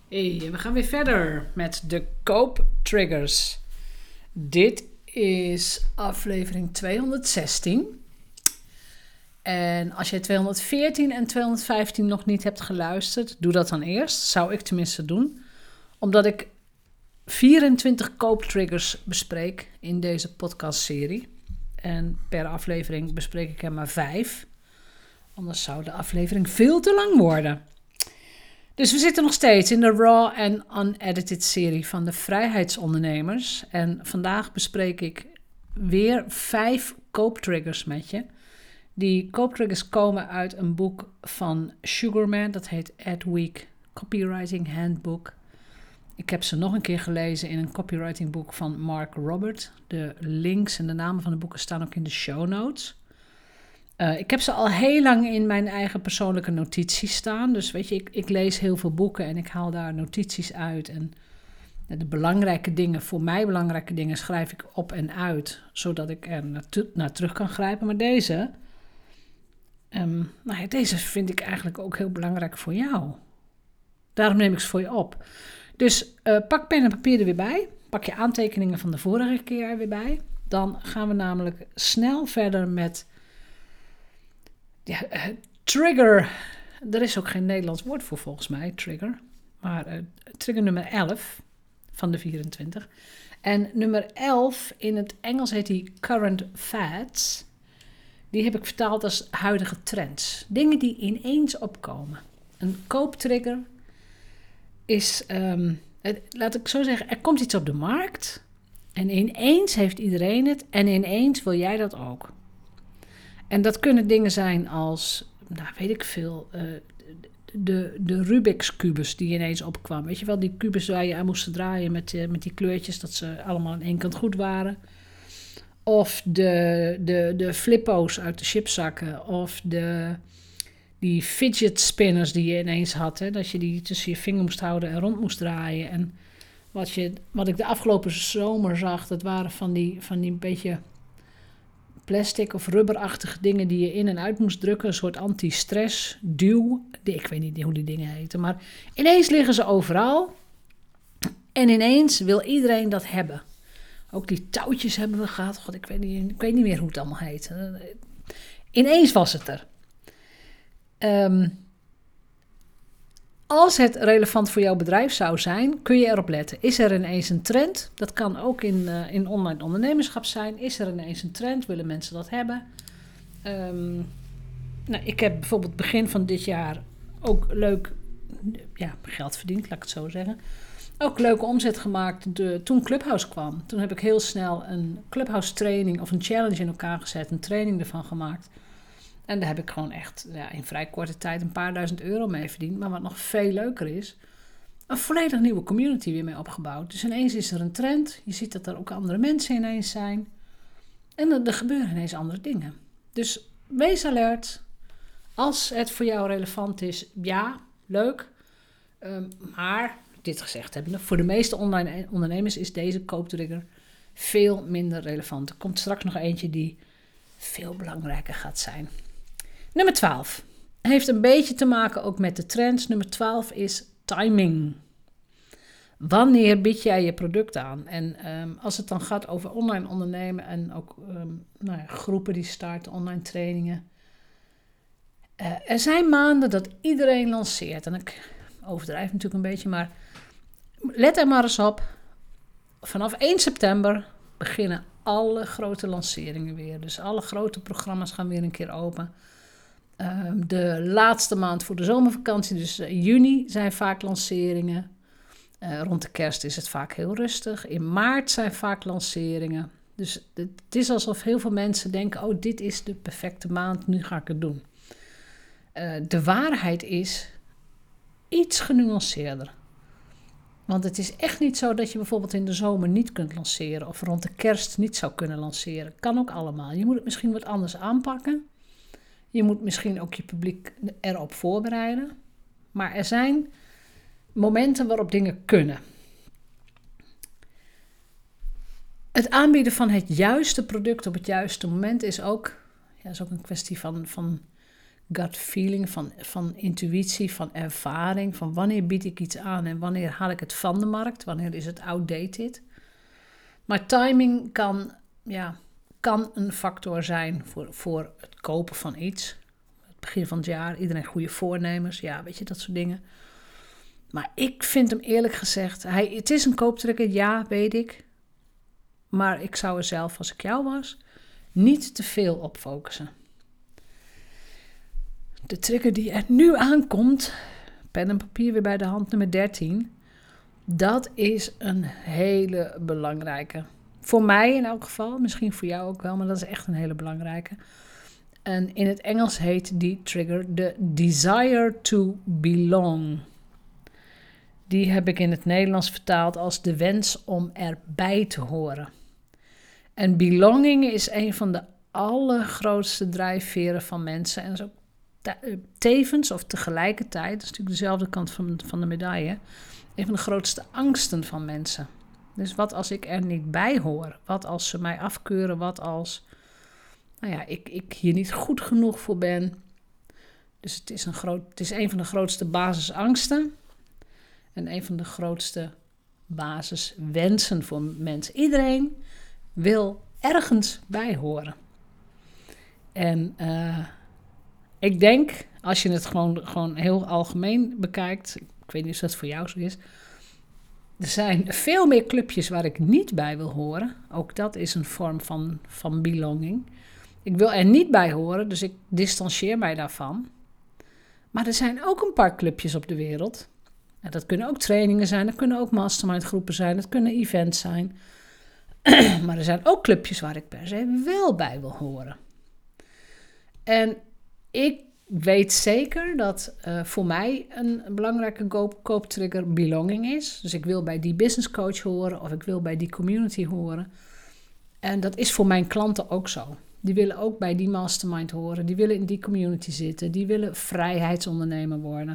Hey, we gaan weer verder met de kooptriggers. Dit is aflevering 216. En als je 214 en 215 nog niet hebt geluisterd, doe dat dan eerst. Zou ik tenminste doen. Omdat ik 24 kooptriggers bespreek in deze podcastserie. En per aflevering bespreek ik er maar 5. Anders zou de aflevering veel te lang worden. Dus we zitten nog steeds in de raw en unedited serie van de vrijheidsondernemers. En vandaag bespreek ik weer 5 kooptriggers met je. Die kooptriggers komen uit een boek van Sugarman. Dat heet Adweek Copywriting Handbook. Ik heb ze nog een keer gelezen in een copywritingboek van Mark Robert. De links en de namen van de boeken staan ook in de show notes. Ik heb ze al heel lang in mijn eigen persoonlijke notities staan. Dus weet je, ik lees heel veel boeken en ik haal daar notities uit. En de belangrijke dingen, voor mij belangrijke dingen, schrijf ik op en uit. Zodat ik er naar terug kan grijpen. Maar deze vind ik eigenlijk ook heel belangrijk voor jou. Daarom neem ik ze voor je op. Dus pak pen en papier er weer bij. Pak je aantekeningen van de vorige keer er weer bij. Dan gaan we namelijk snel verder met... trigger, er is ook geen Nederlands woord voor volgens mij, trigger. Maar trigger nummer 11 van de 24. En nummer 11, in het Engels heet die current fads. Die heb ik vertaald als huidige trends. Dingen die ineens opkomen. Een kooptrigger is, laat ik zo zeggen, er komt iets op de markt. En ineens heeft iedereen het en ineens wil jij dat ook. En dat kunnen dingen zijn als, weet ik veel, de Rubik's kubus die ineens opkwam. Weet je wel, die kubus waar je aan moest draaien met die kleurtjes, dat ze allemaal aan één kant goed waren. Of de flippo's uit de chipzakken. Of die fidget spinners die je ineens had. Hè, dat je die tussen je vinger moest houden en rond moest draaien. En wat ik de afgelopen zomer zag, dat waren van die beetje... plastic of rubberachtige dingen die je in en uit moest drukken. Een soort anti-stress duw. Ik weet niet hoe die dingen heten. Maar ineens liggen ze overal. En ineens wil iedereen dat hebben. Ook die touwtjes hebben we gehad. God, ik weet niet meer hoe het allemaal heet. Ineens was het er. Als het relevant voor jouw bedrijf zou zijn, kun je erop letten. Is er ineens een trend? Dat kan ook in online ondernemerschap zijn. Is er ineens een trend? Willen mensen dat hebben? Ik heb bijvoorbeeld begin van dit jaar ook leuk geld verdiend, laat ik het zo zeggen. Ook leuke omzet gemaakt toen Clubhouse kwam. Toen heb ik heel snel een Clubhouse training of een challenge in elkaar gezet. Een training ervan gemaakt. En daar heb ik gewoon echt in vrij korte tijd een paar duizend euro mee verdiend. Maar wat nog veel leuker is, een volledig nieuwe community weer mee opgebouwd. Dus ineens is er een trend. Je ziet dat er ook andere mensen ineens zijn. En er gebeuren ineens andere dingen. Dus wees alert. Als het voor jou relevant is, ja, leuk. Maar, dit gezegd hebbende, voor de meeste online ondernemers is deze kooptrigger veel minder relevant. Er komt straks nog eentje die veel belangrijker gaat zijn. Nummer 12 heeft een beetje te maken ook met de trends. Nummer 12 is timing. Wanneer bied jij je product aan? En als het dan gaat over online ondernemen en ook groepen die starten, online trainingen. Er zijn maanden dat iedereen lanceert. En ik overdrijf natuurlijk een beetje, maar let er maar eens op. Vanaf 1 september beginnen alle grote lanceringen weer. Dus alle grote programma's gaan weer een keer open. De laatste maand voor de zomervakantie, dus juni, zijn vaak lanceringen. Rond de kerst is het vaak heel rustig. In maart zijn vaak lanceringen. Dus het is alsof heel veel mensen denken, oh, dit is de perfecte maand, nu ga ik het doen. De waarheid is iets genuanceerder. Want het is echt niet zo dat je bijvoorbeeld in de zomer niet kunt lanceren of rond de kerst niet zou kunnen lanceren. Kan ook allemaal. Je moet het misschien wat anders aanpakken. Je moet misschien ook je publiek erop voorbereiden. Maar er zijn momenten waarop dingen kunnen. Het aanbieden van het juiste product op het juiste moment is ook een kwestie van gut feeling, van intuïtie, van ervaring, van wanneer bied ik iets aan en wanneer haal ik het van de markt, wanneer is het outdated. Maar timing kan een factor zijn voor het kopen van iets. Het begin van het jaar, iedereen goede voornemens, weet je, dat soort dingen. Maar ik vind hem eerlijk gezegd, het is een kooptrigger, ja, weet ik. Maar ik zou er zelf, als ik jou was, niet te veel op focussen. De trigger die er nu aankomt, pen en papier weer bij de hand, nummer 13. Dat is een hele belangrijke. Voor mij in elk geval, misschien voor jou ook wel, maar dat is echt een hele belangrijke. En in het Engels heet die trigger de desire to belong. Die heb ik in het Nederlands vertaald als de wens om erbij te horen. En belonging is een van de allergrootste drijfveren van mensen. En dat is ook tevens of tegelijkertijd, dat is natuurlijk dezelfde kant van de medaille, een van de grootste angsten van mensen. Dus wat als ik er niet bij hoor? Wat als ze mij afkeuren? Wat als ik hier niet goed genoeg voor ben? Dus het is een van de grootste basisangsten. En een van de grootste basiswensen voor mensen. Iedereen wil ergens bij horen. En ik denk, als je het gewoon heel algemeen bekijkt, ik weet niet of dat voor jou zo is, er zijn veel meer clubjes waar ik niet bij wil horen. Ook dat is een vorm van belonging. Ik wil er niet bij horen, dus ik distancieer mij daarvan. Maar er zijn ook een paar clubjes op de wereld. En dat kunnen ook trainingen zijn, dat kunnen ook mastermind groepen zijn, dat kunnen events zijn. Maar er zijn ook clubjes waar ik per se wel bij wil horen. En ik weet zeker dat voor mij een belangrijke kooptrigger belonging is. Dus ik wil bij die business coach horen of ik wil bij die community horen. En dat is voor mijn klanten ook zo. Die willen ook bij die mastermind horen, die willen in die community zitten, die willen vrijheidsondernemer worden.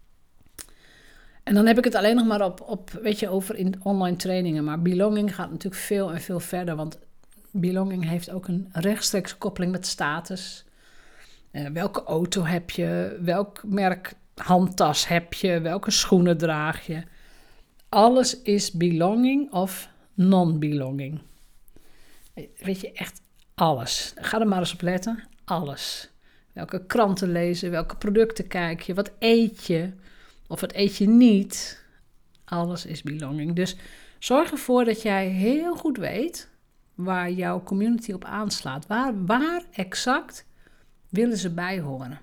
En dan heb ik het alleen nog maar over in online trainingen. Maar belonging gaat natuurlijk veel en veel verder. Want belonging heeft ook een rechtstreeks koppeling met status. Welke auto heb je? Welk merk handtas heb je? Welke schoenen draag je? Alles is belonging of non-belonging. Weet je, echt alles. Ga er maar eens op letten. Alles. Welke kranten lezen? Welke producten kijk je? Wat eet je? Of wat eet je niet? Alles is belonging. Dus zorg ervoor dat jij heel goed weet waar jouw community op aanslaat. Waar exact willen ze bij horen?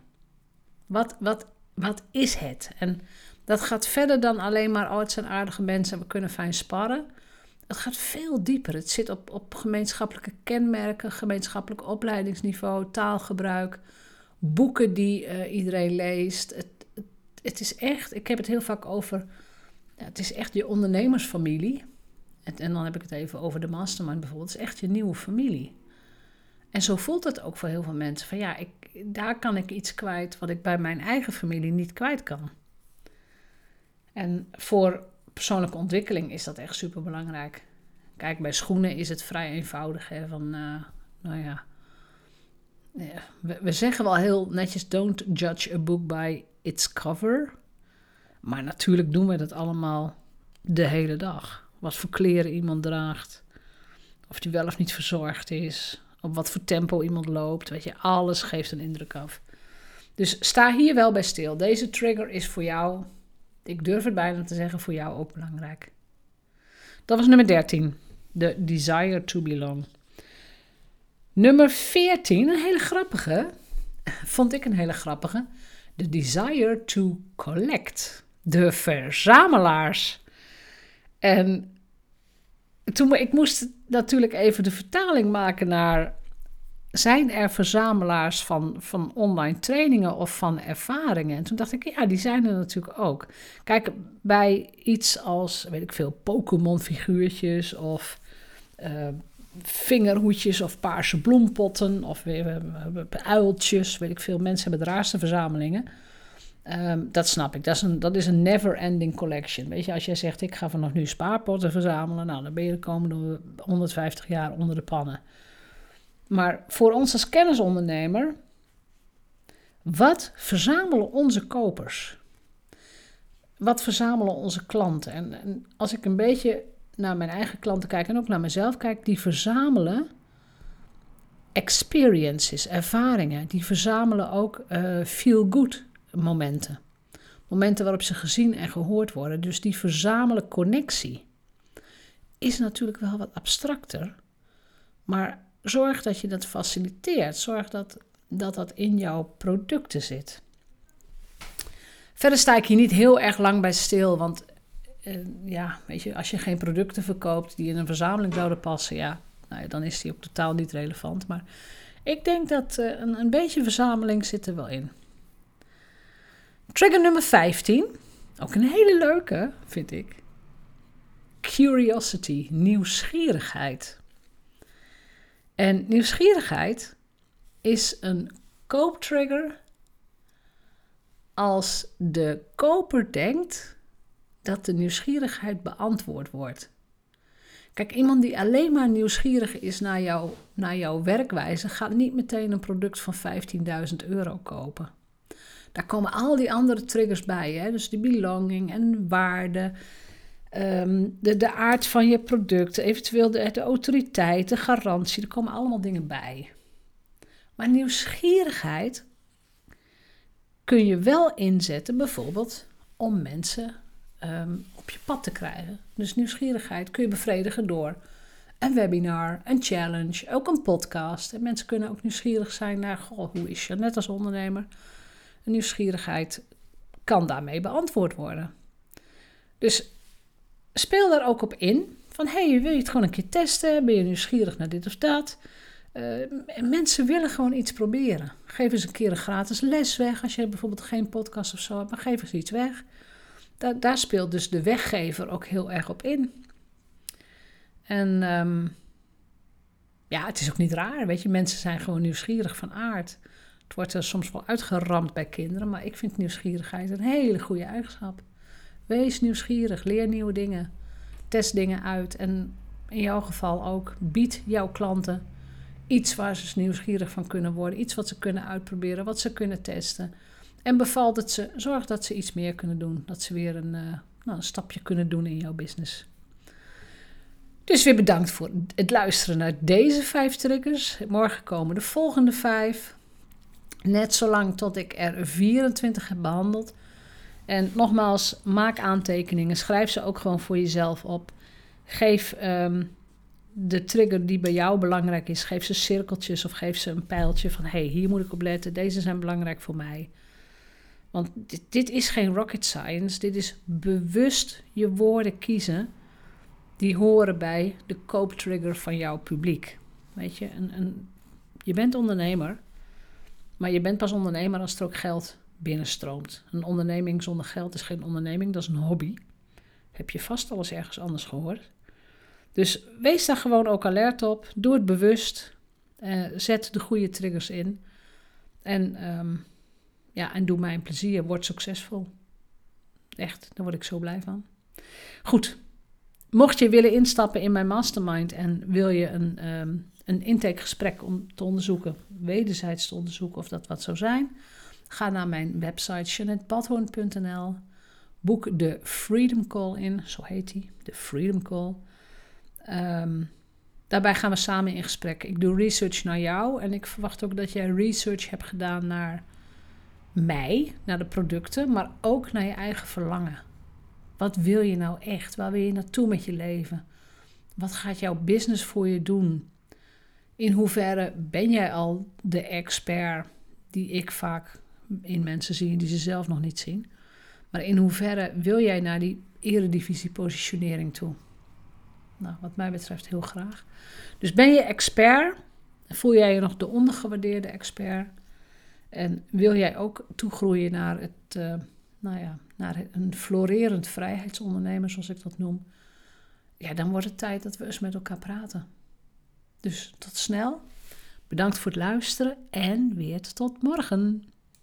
Wat is het? En dat gaat verder dan alleen maar, het zijn aardige mensen en we kunnen fijn sparren. Het gaat veel dieper. Het zit op gemeenschappelijke kenmerken, gemeenschappelijk opleidingsniveau, taalgebruik, boeken die iedereen leest. Het is echt, ik heb het heel vaak over, het is echt je ondernemersfamilie. En dan heb ik het even over de mastermind bijvoorbeeld. Het is echt je nieuwe familie. En zo voelt het ook voor heel veel mensen. Van daar kan ik iets kwijt wat ik bij mijn eigen familie niet kwijt kan. En voor persoonlijke ontwikkeling is dat echt super belangrijk. Kijk, bij schoenen is het vrij eenvoudig. Hè, we zeggen wel heel netjes, don't judge a book by its cover. Maar natuurlijk doen we dat allemaal de hele dag. Wat voor kleren iemand draagt. Of die wel of niet verzorgd is. Op wat voor tempo iemand loopt. Weet je, alles geeft een indruk af. Dus sta hier wel bij stil. Deze trigger is voor jou, ik durf het bijna te zeggen, voor jou ook belangrijk. Dat was nummer 13. De desire to belong. Nummer 14, een hele grappige. Vond ik een hele grappige. De desire to collect. De verzamelaars. En ik moest natuurlijk even de vertaling maken naar, zijn er verzamelaars van online trainingen of van ervaringen? En toen dacht ik, ja, die zijn er natuurlijk ook. Kijk, bij iets als, weet ik veel, Pokémon figuurtjes of vingerhoedjes of paarse bloempotten of uiltjes, weet ik veel. Mensen hebben de raarste verzamelingen. Dat snap ik. Dat is een never-ending collection. Weet je, als jij zegt, ik ga vanaf nu spaarpotten verzamelen, nou, dan ben je de komende 150 jaar onder de pannen. Maar voor ons als kennisondernemer, Wat verzamelen onze kopers? Wat verzamelen onze klanten? En als ik een beetje naar mijn eigen klanten kijk en ook naar mezelf kijk, die verzamelen experiences, ervaringen. Die verzamelen ook feel-good momenten. Momenten waarop ze gezien en gehoord worden. Dus die verzamelen connectie. Is natuurlijk wel wat abstracter. Maar zorg dat je dat faciliteert. Zorg dat in jouw producten zit. Verder sta ik hier niet heel erg lang bij stil. Want weet je, als je geen producten verkoopt die in een verzameling zouden passen, dan is die ook totaal niet relevant. Maar ik denk dat een beetje verzameling zit er wel in. Trigger nummer 15. Ook een hele leuke, vind ik. Curiosity, nieuwsgierigheid. En nieuwsgierigheid is een kooptrigger als de koper denkt dat de nieuwsgierigheid beantwoord wordt. Kijk, iemand die alleen maar nieuwsgierig is naar jouw werkwijze, gaat niet meteen een product van €15.000 kopen. Daar komen al die andere triggers bij, hè? Dus de belonging en waarde, de aard van je product, eventueel de autoriteit, de garantie, er komen allemaal dingen bij. Maar nieuwsgierigheid kun je wel inzetten, bijvoorbeeld om mensen op je pad te krijgen. Dus nieuwsgierigheid kun je bevredigen door een webinar, een challenge, ook een podcast. En mensen kunnen ook nieuwsgierig zijn naar, hoe is je net als ondernemer? Een nieuwsgierigheid kan daarmee beantwoord worden. Dus speel daar ook op in. Van, wil je het gewoon een keer testen? Ben je nieuwsgierig naar dit of dat? Mensen willen gewoon iets proberen. Geef eens een keer een gratis les weg. Als je bijvoorbeeld geen podcast of zo hebt, maar geef eens iets weg. Daar speelt dus de weggever ook heel erg op in. En het is ook niet raar. Weet je, mensen zijn gewoon nieuwsgierig van aard. Het wordt er soms wel uitgeramd bij kinderen, maar ik vind nieuwsgierigheid een hele goede eigenschap. Wees nieuwsgierig, leer nieuwe dingen, test dingen uit en in jouw geval ook bied jouw klanten iets waar ze nieuwsgierig van kunnen worden, iets wat ze kunnen uitproberen, wat ze kunnen testen. En bevalt het ze, zorg dat ze iets meer kunnen doen, dat ze weer een stapje kunnen doen in jouw business. Dus weer bedankt voor het luisteren naar deze 5 triggers. Morgen komen de volgende 5. Net zolang tot ik er 24 heb behandeld. En nogmaals, maak aantekeningen. Schrijf ze ook gewoon voor jezelf op. Geef de trigger die bij jou belangrijk is. Geef ze cirkeltjes of geef ze een pijltje van, hier moet ik op letten. Deze zijn belangrijk voor mij. Want dit is geen rocket science. Dit is bewust je woorden kiezen. Die horen bij de kooptrigger van jouw publiek. Weet je, je bent ondernemer. Maar je bent pas ondernemer als er ook geld binnenstroomt. Een onderneming zonder geld is geen onderneming, dat is een hobby. Heb je vast al eens ergens anders gehoord. Dus wees daar gewoon ook alert op. Doe het bewust. Zet de goede triggers in. En doe mij een plezier. Word succesvol. Echt, daar word ik zo blij van. Goed. Mocht je willen instappen in mijn mastermind en wil je een intakegesprek om te onderzoeken, wederzijds te onderzoeken of dat wat zou zijn, ga naar mijn website JeanetteBadhoorn.nl, boek de Freedom Call in, zo heet die, de Freedom Call. Daarbij gaan we samen in gesprek. Ik doe research naar jou en ik verwacht ook dat jij research hebt gedaan naar mij, naar de producten, maar ook naar je eigen verlangen. Wat wil je nou echt? Waar wil je naartoe met je leven? Wat gaat jouw business voor je doen? In hoeverre ben jij al de expert die ik vaak in mensen zie en die ze zelf nog niet zien? Maar in hoeverre wil jij naar die eredivisie-positionering toe? Nou, wat mij betreft heel graag. Dus ben je expert? Voel jij je nog de ondergewaardeerde expert? En wil jij ook toegroeien naar naar een florerend vrijheidsondernemer, zoals ik dat noem? Ja, dan wordt het tijd dat we eens met elkaar praten. Dus tot snel. Bedankt voor het luisteren en weer tot morgen.